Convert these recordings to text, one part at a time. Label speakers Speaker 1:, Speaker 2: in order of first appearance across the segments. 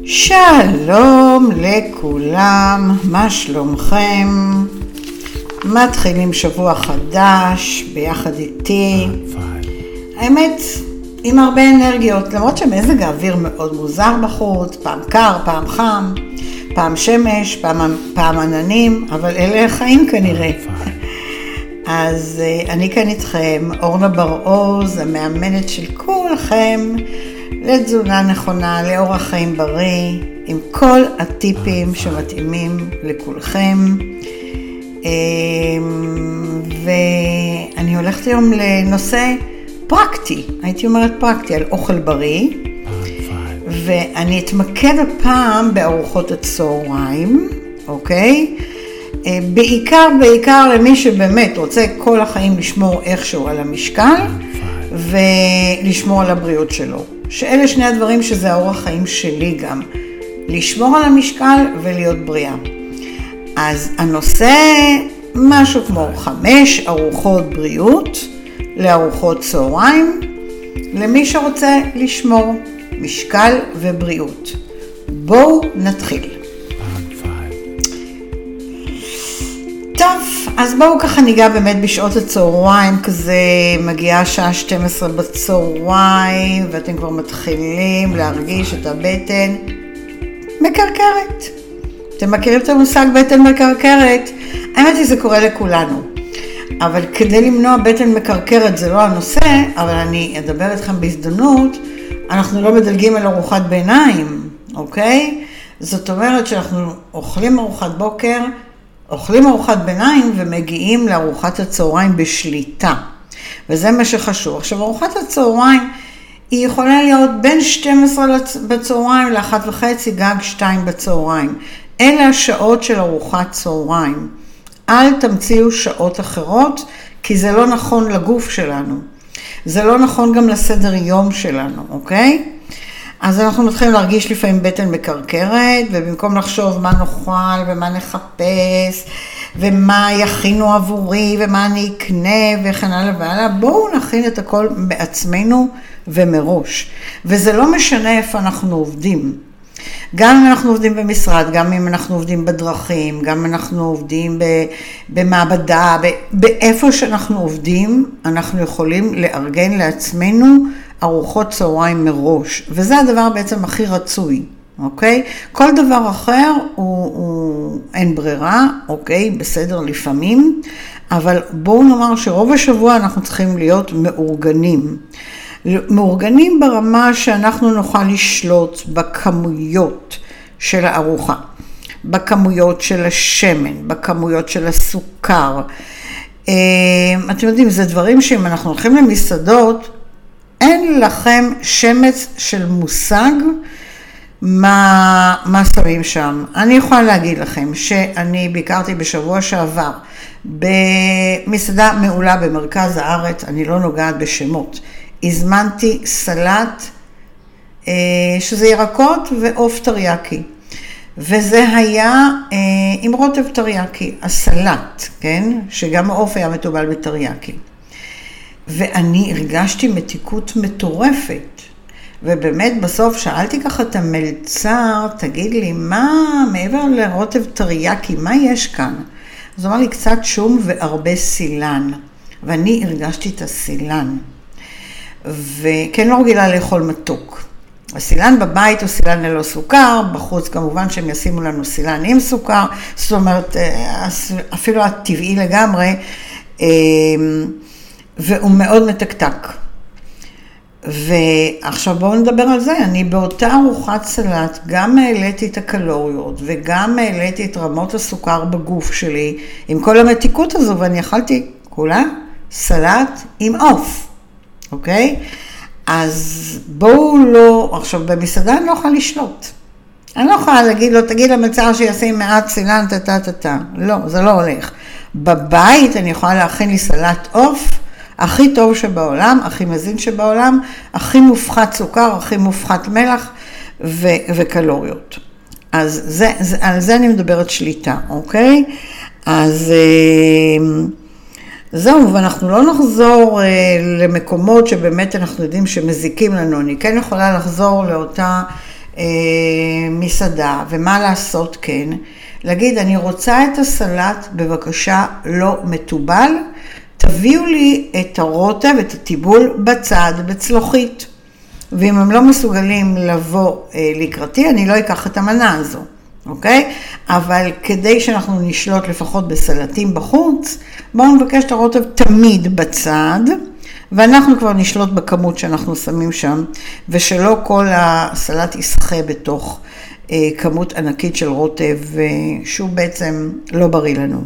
Speaker 1: שלום לכולם, מה שלומכם? מתחילים שבוע חדש ביחד איתי. האמת, עם הרבה אנרגיות, למרות שמזג האוויר מאוד מוזר בחוץ, פעם קר, פעם חם, פעם שמש, פעם עננים, אבל אלה החיים כנראה. אז אני כאן איתכם, אורנה בר-עוז, המאמנת של כולכם, לתזונה נכונה, לאורח חיים בריא, עם כל הטיפים שמתאימים לכולכם. ואני הולכת היום לנושא פרקטי, הייתי אומרת פרקטי, על אוכל בריא. ואני אתמקד הפעם בארוחות הצהריים, אוקיי? בעיקר למי שבאמת רוצה כל החיים לשמור איכשהו על המשקל, ולשמור על הבריאות שלו. שאלה שני הדברים שזה האורח חיים שלי גם. לשמור על המשקל ולהיות בריאה. אז הנושא משהו כמו 5 ארוחות בריאות לארוחות צהריים, למי שרוצה לשמור משקל ובריאות. בואו נתחיל. טוב, אז בואו ככה ניגע באמת בשעות הצהריים, כזה מגיעה שעה 12 בצהריים, ואתם כבר מתחילים להרגיש את הבטן מקרקרת. אתם מכירים את המושג בטן מקרקרת? האמת היא זה קורה לכולנו. אבל כדי למנוע בטן מקרקרת זה לא הנושא, אבל אני אדבר איתכם בהזדמנות, אנחנו לא מדלגים על ארוחת ביניים, אוקיי? זאת אומרת שאנחנו אוכלים ארוחת בוקר, אוכלים ארוחת ביניים ומגיעים לארוחת הצהריים בשליטה. וזה מה שחשוב. עכשיו, ארוחת הצהריים היא יכולה להיות בין 12 בצהריים ל1:30, גג 2 בצהריים. אלה השעות של ארוחת צהריים. אל תמציאו שעות אחרות, כי זה לא נכון לגוף שלנו. זה לא נכון גם לסדר יום שלנו, אוקיי? אז אנחנו מתחילים להרגיש לפעמים בטן מקרקרת, ובמקום לחשוב מה נאכל ומה נחפש, ומה יכינו עבורי, ומה אני אקנה, וכן הלאה והלאה, בואו נכין את הכל בעצמנו ומראש. וזה לא משנה איפה אנחנו עובדים. גם אם אנחנו עובדים במשרד, גם אם אנחנו עובדים בדרכים, גם אם אנחנו עובדים במעבדה, באיפה שאנחנו עובדים, אנחנו יכולים לארגן לעצמנו ארוחות צהריים מראש. וזה הדבר בעצם הכי רצוי, אוקיי? כל דבר אחר הוא אין ברירה, אוקיי? בסדר לפעמים, אבל בואו נאמר שרוב השבוע אנחנו צריכים להיות מאורגנים. מאורגנים ברמה שאנחנו נוכל לשלוט בכמויות של הארוחה, בכמויות של השמן, בכמויות של הסוכר. אתם יודעים, זה דברים שאם אנחנו הולכים למסעדות, אין לכם שמץ של מושג מה שמים שם. אני יכולה להגיד לכם שאני ביקרתי בשבוע שעבר במסעדה מעולה במרכז הארץ, אני לא נוגעת בשמות. הזמנתי סלט, שזה ירקות ועוף טריאקי. וזה היה עם רוטב טריאקי, הסלט, כן? שגם העוף היה מטובל בטריאקי. ואני הרגשתי מתיקות מטורפת. ובאמת בסוף שאלתי ככה את המלצר, תגיד לי, מה מעבר לרוטב טריאקי, מה יש כאן? אז הוא אמר לי קצת שום והרבה סילן. ואני הרגשתי את הסילן. וכן לא רגילה לאכול מתוק. הסילן בבית הוא סילן ללא סוכר, בחוץ כמובן שהם ישימו לנו סילן עם סוכר, זאת אומרת אפילו הטבעי לגמרי, והוא מאוד מתקתק. ועכשיו בואו נדבר על זה, אני באותה ארוחת סלט גם העליתי את הקלוריות וגם העליתי את רמות הסוכר בגוף שלי עם כל המתיקות הזו, ואני אכלתי כולה סלט עם עוף. אוקיי? אז בואו לא, עכשיו במסעדה אני לא יכולה לשלוט. אני לא יכולה להגיד לו, תגיד למצער שישים מעט סילן, לא, זה לא הולך. בבית אני יכולה להכין לי סלט עוף, הכי טוב שבעולם, הכי מזין שבעולם, הכי מופחת סוכר, הכי מופחת מלח וקלוריות. אז על זה אני מדברת שליטה, אוקיי? אז זהו, ואנחנו לא נחזור למקומות שבאמת אנחנו יודעים שמזיקים לנו. אני כן יכולה לחזור לאותה מסעדה, ומה לעשות כן? להגיד, אני רוצה את הסלט, בבקשה, לא מטובל, תביאו לי את הרוטב, את הטיבול בצד, בצלוחית. ואם הם לא מסוגלים לבוא לקראתי, אני לא אקח את המנה הזו, אוקיי? אבל כדי שאנחנו נשלוט לפחות בסלטים בחוץ, בואו נבקש את הרוטב תמיד בצד, ואנחנו כבר נשלוט בכמות שאנחנו שמים שם, ושלא כל הסלט ישחה בתוך כמות ענקית של רוטב, שהוא בעצם לא בריא לנו.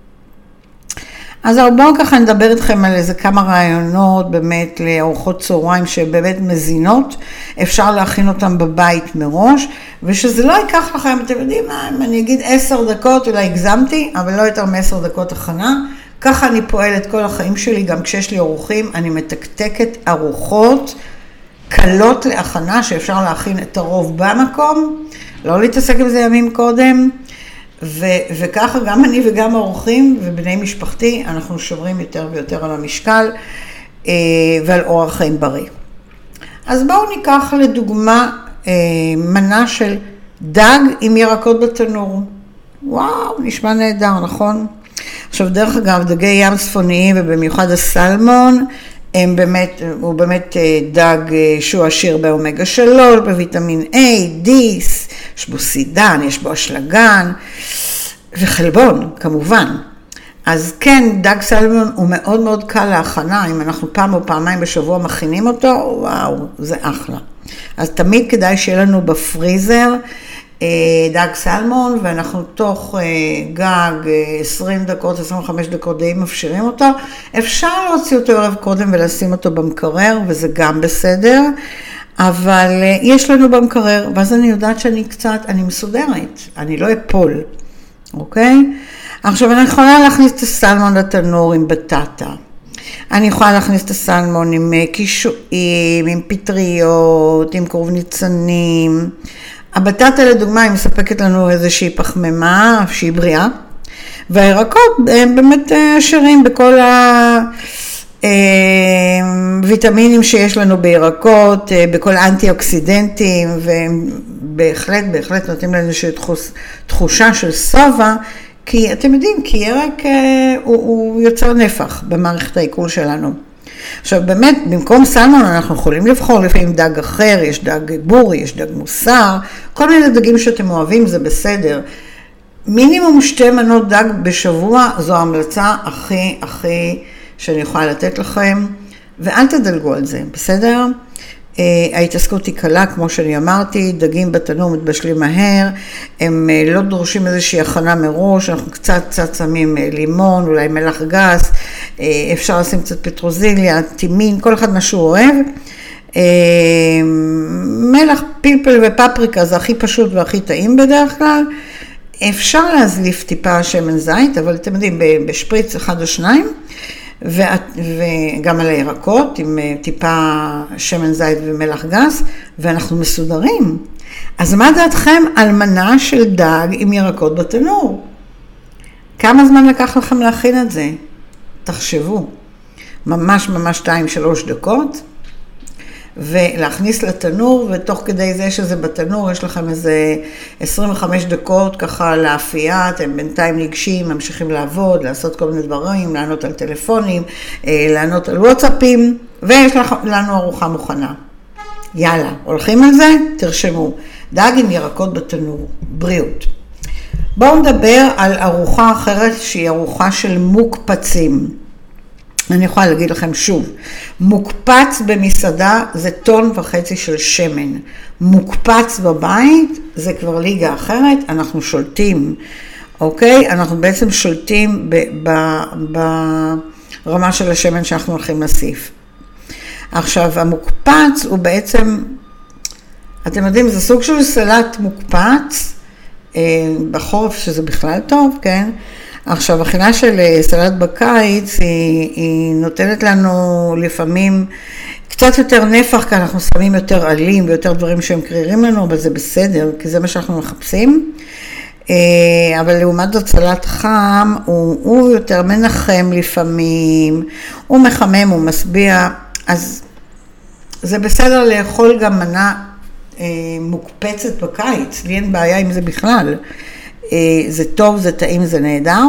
Speaker 1: אז בואו ככה נדבר איתכם על איזה כמה רעיונות באמת לארוחות צהריים שבאמת מזינות, אפשר להכין אותם בבית מראש, ושזה לא ייקח לכם, אתם יודעים מה, אם אני אגיד 10 דקות, אולי הגזמתי, אבל לא יותר מ10 דקות הכנה, ככה אני פועלת כל החיים שלי, גם כשיש לי ארוחים, אני מתקתקת ארוחות קלות להכנה, שאפשר להכין את הרוב במקום, לא להתעסק עם זה ימים קודם, וככה גם אני וגם האורחים ובני משפחתי, אנחנו שומרים יותר ויותר על המשקל ועל אורח חיים בריא. אז בואו ניקח לדוגמה מנה של דג עם ירקות בתנור. וואו, נשמע נהדר, נכון? עכשיו דרך אגב, דגי ים צפוניים ובמיוחד הסלמון, הוא באמת דג שהוא עשיר באומגה 3, בוויטמין A, D, יש בו סידן, יש בו אשלגן וחלבון כמובן. אז כן, דג סלמון הוא מאוד מאוד קל להכנה, אם אנחנו פעם או פעמיים בשבוע מכינים אותו, וואו, זה אחלה. אז תמיד כדאי שיהיה לנו בפריזר דג סלמון, ואנחנו תוך גג 20 דקות, 25 דקות די מפשירים אותו. אפשר להוציא אותו ערב קודם ולשים אותו במקרר, וזה גם בסדר, אבל יש לנו במקרר, ואז אני יודעת אני מסודרת, אני לא אפול, אוקיי? עכשיו אני יכולה להכניס את הסלמון לתנור עם בטטה, אני יכולה להכניס את הסלמון עם קישואים, עם פטריות, עם קרוב ניצנים. הבטטה לדוגמה היא מספקת לנו איזושהי פחמימה שהיא בריאה, והירקות הם באמת עשירים בכל הוויטמינים שיש לנו בירקות, בכל האנטי-אוקסידנטים, והם בהחלט נותנים לנו איזושהי תחושה של שובע, כי אתם יודעים, כי ירק הוא יוצר נפח במערכת העיכול שלנו. עכשיו באמת, במקום סלמון אנחנו יכולים לבחור לפעמים דג אחר, יש דג בורי, יש דג מוסר, כל מיני דגים שאתם אוהבים זה בסדר. מינימום 2 מנות דג בשבוע זו ההמלצה הכי שאני יכולה לתת לכם, ואל תדלגו על זה, בסדר? ההתעסקות היא קלה, כמו שאני אמרתי, דגים בתנור מתבשלים מהר, הם לא דורשים איזושהי הכנה מראש, אנחנו קצת שמים לימון, אולי מלח גס, אפשר לשים קצת פטרוזיליה, טימין, כל אחד מה שהוא אוהב. מלח, פלפל ופפריקה זה הכי פשוט והכי טעים בדרך כלל. אפשר להזליף טיפה שמן זית, אבל אתם יודעים, בשפריץ 1 או 2, וגם על הירקות עם טיפה שמן זית ומלח גס, ואנחנו מסודרים. אז מה דעתכם על מנה של דג עם ירקות בתנור? כמה זמן לקח לכם להכין את זה? תחשבו, ממש 2-3 דקות, ולהכניס לתנור, ותוך כדי זה שזה בתנור, יש לכם איזה 25 דקות ככה לאפייה, אתם בינתיים ניגשים, ממשיכים לעבוד, לעשות כל מיני דברים, לענות על טלפונים, לענות על וואטסאפים, ויש לנו ארוחה מוכנה. יאללה, הולכים על זה? תרשמו. דג עם ירקות בתנור, בריאות. בואו נדבר על ארוחה אחרת שהיא ארוחה של מוקפצים. אני יכולה להגיד לכם שוב, מוקפץ במסעדה זה 1.5 טון של שמן. מוקפץ בבית זה כבר ליגה אחרת, אנחנו שולטים, אוקיי? אנחנו בעצם שולטים ברמה של השמן שאנחנו הולכים להוסיף. עכשיו, המוקפץ הוא בעצם, אתם יודעים, זה סוג של סלט מוקפץ, בחורף שזה בכלל טוב, כן? עכשיו, אכילה של סלט בקיץ היא נותנת לנו לפעמים קצת יותר נפח, כי אנחנו שמים יותר עלים ויותר דברים שהם קרירים לנו, אבל זה בסדר, כי זה מה שאנחנו מחפשים. אבל לעומת זאת סלט חם, הוא יותר מנחם לפעמים, הוא מחמם, הוא משביע, אז זה בסדר לאכול גם מנה מוקפצת בקיץ, לי אין בעיה עם זה בכלל. זה טוב, זה טעים, זה נהדר.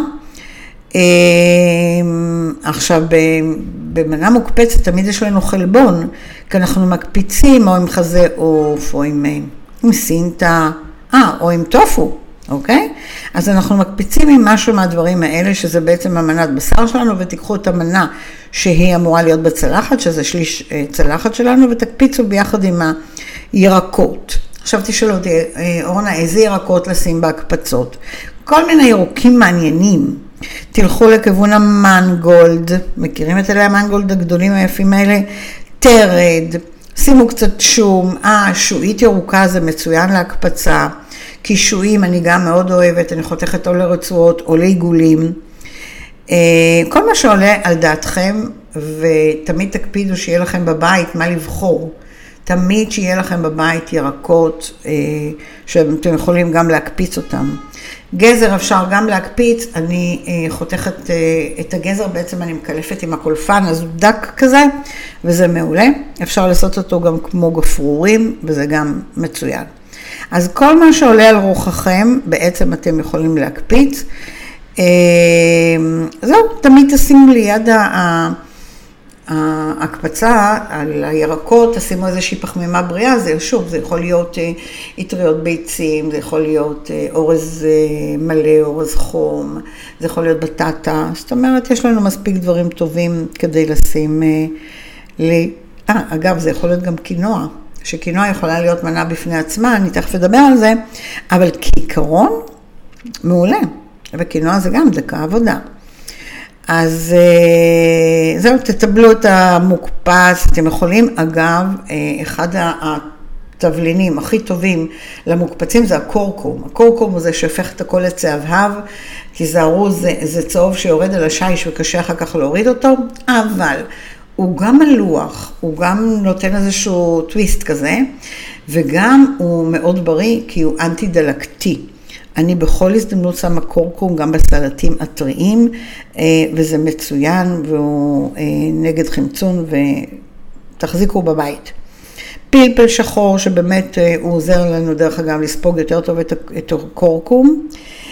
Speaker 1: עכשיו, במנה מוקפצת תמיד יש לנו חלבון, כי אנחנו מקפיצים או עם חזה עוף, או עם סינטה, או עם טופו, אוקיי? אז אנחנו מקפיצים עם משהו מהדברים האלה, שזה בעצם המנת בשר שלנו, ותיקחו את המנה שהיא אמורה להיות בצלחת, שזה שליש צלחת שלנו, ותקפיצו ביחד עם הירקות. עכשיו תשאלו אותי, אורנה, איזה ירקות לשים בהקפצות? כל מיני ירוקים מעניינים. תלכו לכיוון המנגולד, מכירים את אלה המנגולד הגדולים היפים האלה? תרד, שימו קצת שום, שועית ירוקה זה מצוין להקפצה, כי שועים אני גם מאוד אוהבת, אני חותכת או לרצועות או לעיגולים. כל מה שעולה על דעתכם, ותמיד תקפידו שיהיה לכם בבית מה לבחור. תמיד שיהיה לכם בבית ירקות שאתם יכולים גם להקפיץ אותם. גזר אפשר גם להקפיץ, אני חותכת את הגזר, בעצם אני מקלפת עם הקולפן, אז הוא דק כזה, וזה מעולה. אפשר לעשות אותו גם כמו גפרורים, וזה גם מצוין. אז כל מה שעולה על רוחכם, בעצם אתם יכולים להקפיץ. זהו, תמיד תשימו ליד ההקפצה על הירקות, תשימו איזושהי פחמימה בריאה, זה שוב, זה יכול להיות יטריות ביצים, זה יכול להיות אורז מלא, אורז חום, זה יכול להיות בטטה, זאת אומרת, יש לנו מספיק דברים טובים כדי לשים אגב, זה יכול להיות גם קינוע, שקינוע יכולה להיות מנה בפני עצמה, אני תכף אדבר על זה, אבל כעיקרון, מעולה, וקינוע זה גם דקה עבודה. אז זהו, תטבלו את המוקפץ, אתם יכולים, אגב, אחד התבלינים הכי טובים למוקפצים זה הקורקום. הקורקום הוא זה שהופך את הכל לצהבהב, תיזהרו, זה צהוב שיורד על השיש וקשה אחר כך להוריד אותו, אבל הוא גם מלוח, הוא גם נותן איזשהו טוויסט כזה, וגם הוא מאוד בריא כי הוא אנטי דלקתי. אני בכל הזדמנות שמה קורקום גם בסלטים הטריים, וזה מצוין, והוא נגד חמצון, ותחזיקו בבית. פלפל שחור, שבאמת הוא עוזר לנו דרך אגב לספוג יותר טוב את הקורקום,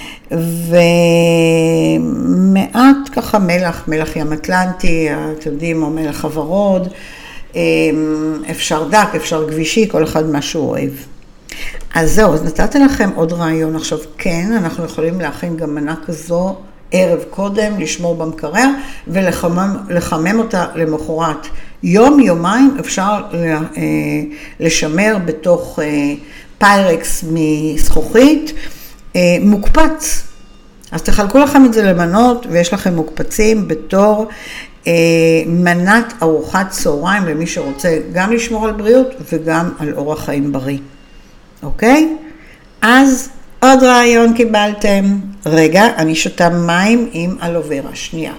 Speaker 1: ומעט ככה מלח ים אטלנטי, אתם יודעים, או מלח הוורוד, אפשר דק, אפשר גבישי, כל אחד מה שהוא אוהב. אז זהו, אז נתתי לכם עוד רעיון. עכשיו כן, אנחנו יכולים להכין גם מנה כזו ערב קודם, לשמור במקרר ולחמם אותה למחרת. יום-יומיים אפשר לשמר בתוך פיירקס מזכוכית מוקפץ. אז תחלקו לכם את זה למנות ויש לכם מוקפצים בתור מנת ארוחת צהריים למי שרוצה גם לשמור על בריאות וגם על אורח חיים בריא. אוקיי? אז עוד רעיון קיבלתם. רגע, אני שותה מים עם אלוברה. שנייה.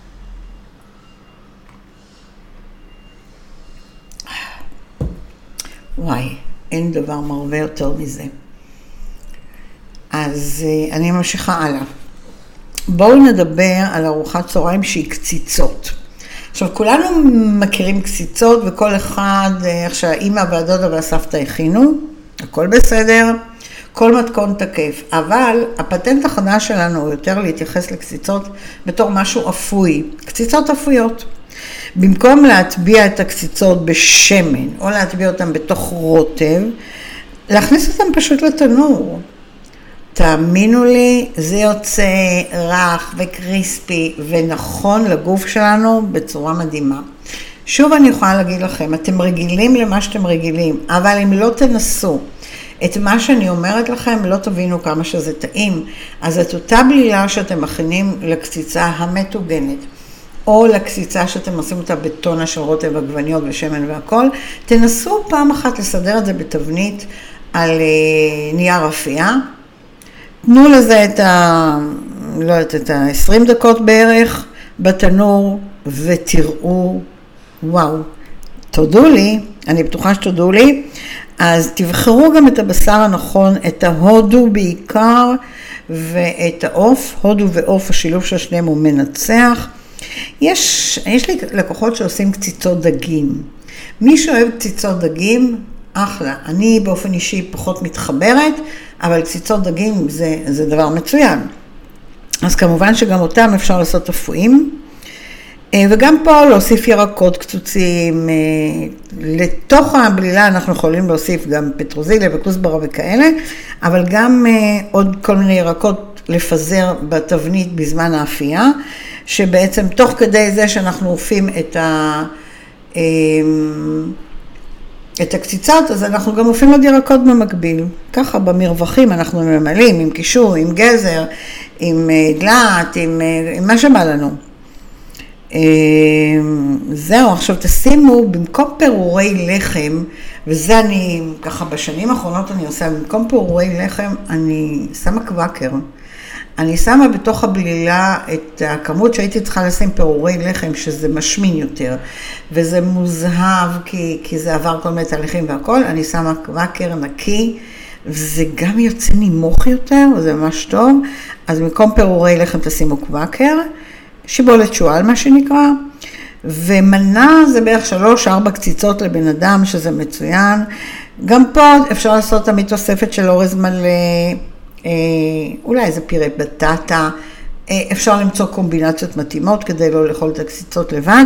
Speaker 1: וואי, אין דבר מרווה יותר מזה. אז אני ממשיכה הלאה. בואו נדבר על ארוחת צהריים שהיא קציצות. עכשיו, כולנו מכירים קציצות וכל אחד, איך שהאמא והדודה והסבתא הכינו, הכל בסדר, כל מתכון תקף, אבל הפטנט החדש שלנו הוא יותר להתייחס לקציצות בתור משהו אפוי, קציצות אפויות. במקום להטביע את הקציצות בשמן או להטביע אותם בתוך רוטב, להכניס אותם פשוט לתנור. תאמינו לי, זה יוצא רך וקריספי ונכון לגוף שלנו בצורה מדהימה. שוב אני יכולה להגיד לכם, אתם רגילים למה שאתם רגילים, אבל אם לא תנסו את מה שאני אומרת לכם, לא תבינו כמה שזה טעים. אז את אותה בלילה שאתם מכינים לקציצה המטוגנת, או לקציצה שאתם עושים אותה בטונה של רוטב עגבניות ושמן והכל, תנסו פעם אחת לסדר את זה בתבנית על נייר אפייה. תנו לזה את את ה-20 דקות בערך בתנור, ותראו, וואו, תודו לי, אני בטוחה שתודו לי, אז תבחרו גם את הבשר הנכון, את ההודו בעיקר, ואת העוף, הודו ועוף, השילוב של שניהם הוא מנצח. יש לי לקוחות שעושים קציצות דגים. מי שאוהב קציצות דגים, אחלה. אני באופן אישי פחות מתחברת, אבל קציצות דגים זה דבר מצוין. אז כמובן שגם אותם אפשר לעשות אפויים. וגם פה להוסיף ירקות קצוצים, לתוך הבלילה אנחנו יכולים להוסיף גם פטרוזיליה וכוסברה וכאלה, אבל גם עוד כל מיני ירקות לפזר בתבנית בזמן האפייה, שבעצם תוך כדי זה שאנחנו אופים את הקציצות, אז אנחנו גם אופים עוד ירקות במקביל. ככה במרווחים אנחנו ממלאים עם קישור, עם גזר, עם דלעת, עם מה שבא לנו. זהו, עכשיו תשימו, במקום פירורי לחם, וזה אני, ככה בשנים האחרונות אני עושה, במקום פירורי לחם אני שמה קוואקר. אני שמה בתוך הבלילה את הכמות שהייתי צריכה לשים פירורי לחם, שזה משמין יותר, וזה מוזהב כי זה עבר כל מיני תהליכים והכל, אני שמה קוואקר נקי, וזה גם יוצא נימוך יותר, וזה ממש טוב, אז במקום פירורי לחם תשימו קוואקר, שיבולת שועל מה שנקרא, ומנה זה בערך 3-4 קציצות לבן אדם, שזה מצוין. גם פה אפשר לעשות תמיד תוספת של אורז מלא, אולי איזה פירה בטטה, אפשר למצוא קומבינציות מתאימות כדי לא לאכול את הקציצות לבד.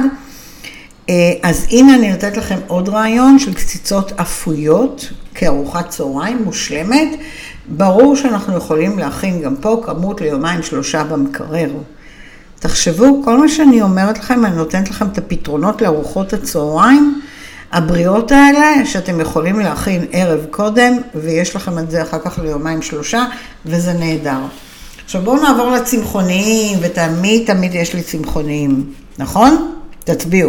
Speaker 1: אז הנה אני נותנת לכם עוד רעיון של קציצות אפויות, כארוחת צהריים מושלמת. ברור שאנחנו יכולים להכין גם פה כמות ליומיים-3 במקרר. תחשבו, כל מה שאני אומרת לכם, אני נותנת לכם את הפתרונות לארוחות הצהריים, הבריאות האלה שאתם יכולים להכין ערב קודם, ויש לכם את זה אחר כך ליומיים-3, וזה נהדר. עכשיו בואו נעבור לצמחוניים, ותמיד יש לי צמחוניים, נכון? תצביעו.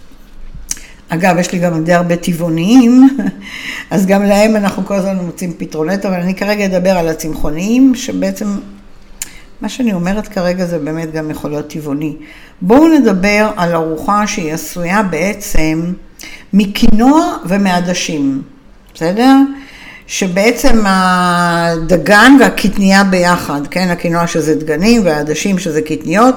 Speaker 1: אגב, יש לי גם די הרבה טבעוניים, אז גם להם אנחנו כל הזמן מוצאים פתרונות, אבל אני כרגע אדבר על הצמחוניים, שבעצם מה שאני אומרת כרגע זה באמת גם יכול להיות טבעוני. בואו נדבר על ארוחה שהיא עשויה בעצם מקינוע ומעדשים, בסדר? שבעצם הדגן והקטניה ביחד, כן? הקינוע שזה דגנים והעדשים שזה קטניות,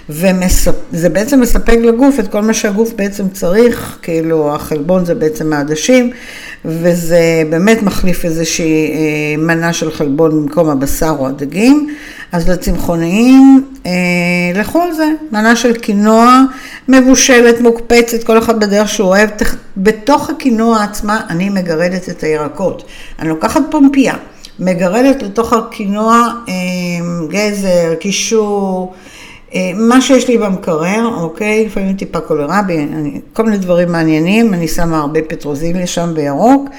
Speaker 1: וזה בעצם מספק לגוף את כל מה שהגוף בעצם צריך, כאילו החלבון זה בעצם העדשים, וזה באמת מחליף איזושהי מנה של חלבון במקום הבשר או הדגים. אז לצמחוניים, לכו על זה, מנה של קינוע מבושלת, מוקפצת, כל אחד בדרך שהוא אוהב. בתוך הקינוע עצמה אני מגרדת את הירקות. אני לוקחת פומפיה, מגרדת לתוך הקינוע גזר, קישור, מה שיש לי במקרר, אוקיי? לפעמים טיפה קולרבי, כל מיני דברים מעניינים, אני שמה הרבה פטרוזיליה שם בירוק,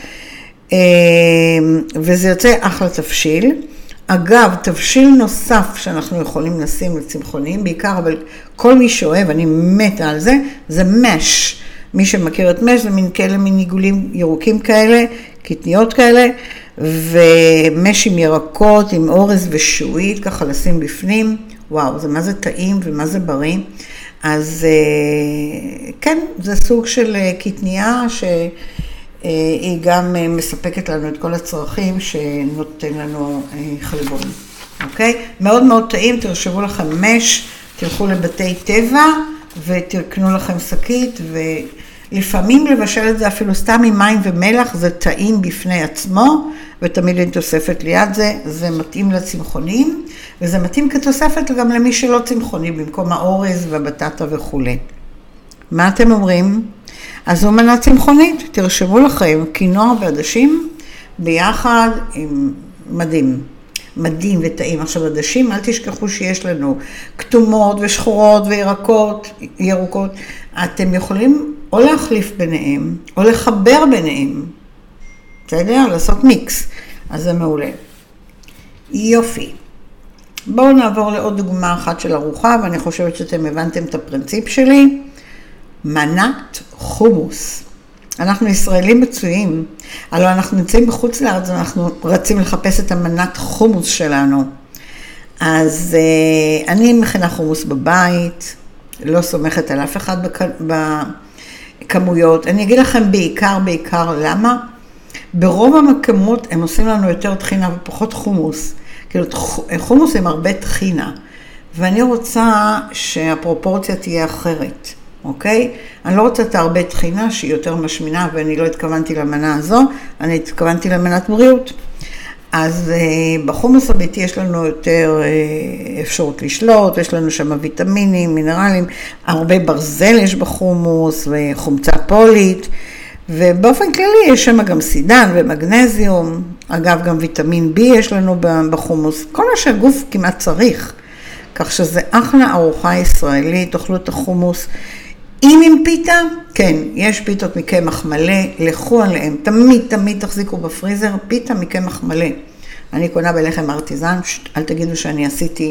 Speaker 1: וזה יוצא אחלה תבשיל. אגב, תבשיל נוסף שאנחנו יכולים לשים לצמחוניים, בעיקר, אבל כל מי שאוהב, אני מתה על זה, זה מש. מי שמכיר את מש, זה מין עיגולים ירוקים כאלה, קטניות כאלה, ומש עם ירקות, עם אורז ושועית, ככה לשים בפנים. וואו, זה מה זה טעים ומה זה בריא. אז כן, זה סוג של קטניה שהיא גם מספקת לנו את כל הצרכים שנותן לנו חלבון. אוקיי? מאוד מאוד טעים, תרשבו לכם מש, תלכו לבתי טבע ותרקנו לכם שקית, ולפעמים לבשל את זה אפילו סתם עם מים ומלח, זה טעים בפני עצמו, ותמיד אין תוספת ליד זה, זה מתאים לצמחונים, וזה מתאים כתוספת גם למי שלא צמחוני, במקום האורז והבטטה וכו'. מה אתם אומרים? אז זו מנה צמחונית, תרשמו לכם, קינוע ועדשים ביחד עם מדהים. מדהים וטעים. עכשיו עדשים, אל תשכחו שיש לנו כתומות ושחורות וירוקות. אתם יכולים או להחליף ביניהם, או לחבר ביניהם. בסדר? לעשות מיקס. אז זה מעולה. יופי. בואו נעבור לעוד דוגמה אחת של ארוחה, ואני חושבת שאתם הבנתם את הפרינציפ שלי. מנת חומוס. אנחנו ישראלים מצויים, הלוא אנחנו נמצאים בחוץ לארץ, ואנחנו רצים לחפש את המנת חומוס שלנו. אז אני מכינה חומוס בבית, לא סומכת על אף אחד בכמויות. אני אגיד לכם בעיקר למה. ברוב המקומות הם עושים לנו יותר טחינה ופחות חומוס. כאילו חומוס עם הרבה טחינה, ואני רוצה שהפרופורציה תהיה אחרת. אוקיי? אני לא רוצה את הרבה טחינה שהיא יותר משמינה, ואני לא התכוונתי למנה הזו, אני התכוונתי למנת בריאות. אז בחומוס הביתי יש לנו יותר אפשרות לשלוט, יש לנו שם ויטמינים, מינרלים, הרבה ברזל יש בחומוס וחומצה פולית, ובאופן כללי יש שם גם סידן ומגנזיום, אגב גם ויטמין B יש לנו בחומוס, כל מה שהגוף כמעט צריך, כך שזה אחלה ארוחה ישראלית, תאכלו את החומוס, אם עם פיתה, כן, יש פיתות מקמח מלא, לכו עליהם, תמיד תחזיקו בפריזר, פיתה מקמח מלא. אני קונה בלחם ארטיזן, אל תגידו שאני עשיתי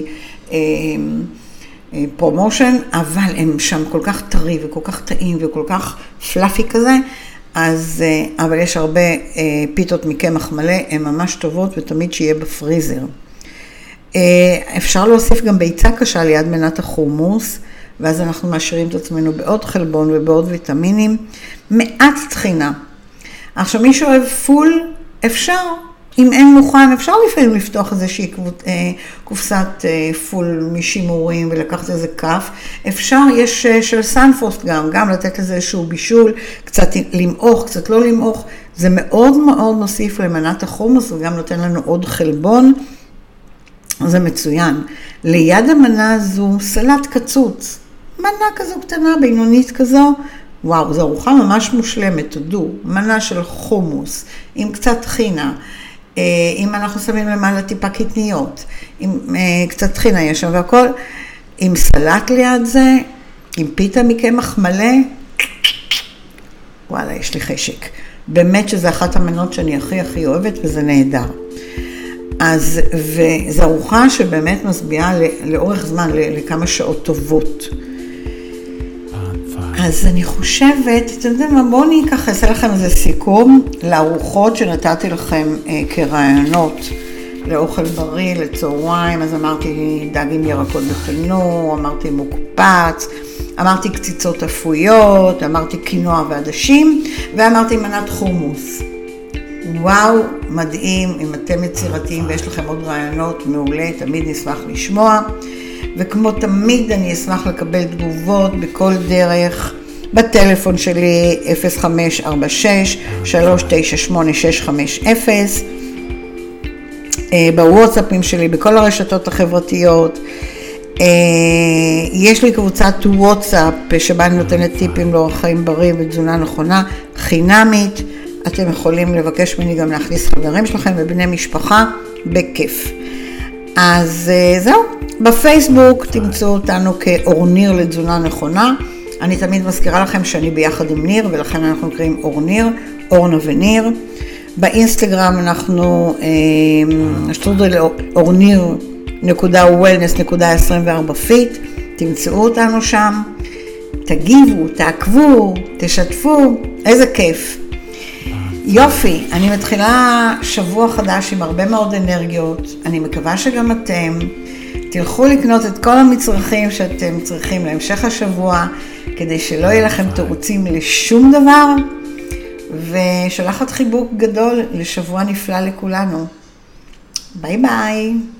Speaker 1: פרומושן, אבל הם שם כל כך טרי וכל כך טעים וכל כך פלאפי כזה, אז, אבל יש הרבה פיתות מקמח מלא, הן ממש טובות ותמיד שיהיה בפריזר. אפשר להוסיף גם ביצה קשה ליד מנת החומוס, ואז אנחנו משאירים את עצמנו בעוד חלבון ובעוד ויטמינים, מעט טחינה. עכשיו מי שאוהב פול, אפשר, אם אין מוכן, אפשר לפעמים לפתוח איזושהי קופסת פול משימורים ולקחת איזה כף. אפשר, יש של סנפוסט גם לתת לזה איזשהו בישול, קצת למעוך, קצת לא למעוך. זה מאוד מאוד מוסיף למנת החומוס וגם נותן לנו עוד חלבון. זה מצוין. ליד המנה הזו, סלט קצוץ. מנה כזו קטנה, בינונית כזו. וואו, זו ארוחה ממש מושלמת, תודו. מנה של חומוס, עם קצת טחינה. אם אנחנו שמים למעלה טיפה קטניות, עם קצת טחינה יש שם והכל. עם סלט ליד זה, עם פיתה מקמח מלא. וואלה, יש לי חשק. באמת שזה אחת המנות שאני הכי אוהבת וזה נהדר. אז, וזו ארוחה שבאמת משביעה לאורך זמן, לכמה שעות טובות. אז אני חושבת, אתם יודעים מה, בואו אני ככה אעשה לכם איזה סיכום לארוחות שנתתי לכם כרעיונות לאוכל בריא, לצהריים. אז אמרתי דג עם ירקות בתנור, אמרתי מוקפץ, אמרתי קציצות אפויות, אמרתי קינוע ועדשים, ואמרתי מנת חומוס. וואו, מדהים, אם אתם יצירתיים ויש לכם עוד רעיונות, מעולה, תמיד נשמח לשמוע. וכמו תמיד אני אשמח לקבל תגובות בכל דרך, בטלפון שלי 0546-398-650, בוואטסאפים שלי, בכל הרשתות החברתיות. יש לי קבוצת וואטסאפ שבה אני נותנת טיפים לאורח חיים בריא ותזונה נכונה, חינמית. אתם יכולים לבקש ממני גם להכניס חברים שלכם ובני משפחה בכיף. אז זהו, בפייסבוק תמצאו אותנו כאורניר לתזונה נכונה. אני תמיד מזכירה לכם שאני ביחד עם ניר, ולכן אנחנו קוראים אורניר, אורנה וניר. באינסטגרם אנחנו אורניר.wellness.24feet, תמצאו אותנו שם, תגיבו, תעקבו, תשתפו, איזה כיף. יופי, אני מתחילה שבוע חדש עם הרבה מאוד אנרגיות, אני מקווה שגם אתם תלכו לקנות את כל המצרכים שאתם צריכים להמשך השבוע, כדי שלא יהיה לכם תירוצים לשום דבר, ושולחת חיבוק גדול לשבוע נפלא לכולנו. ביי ביי.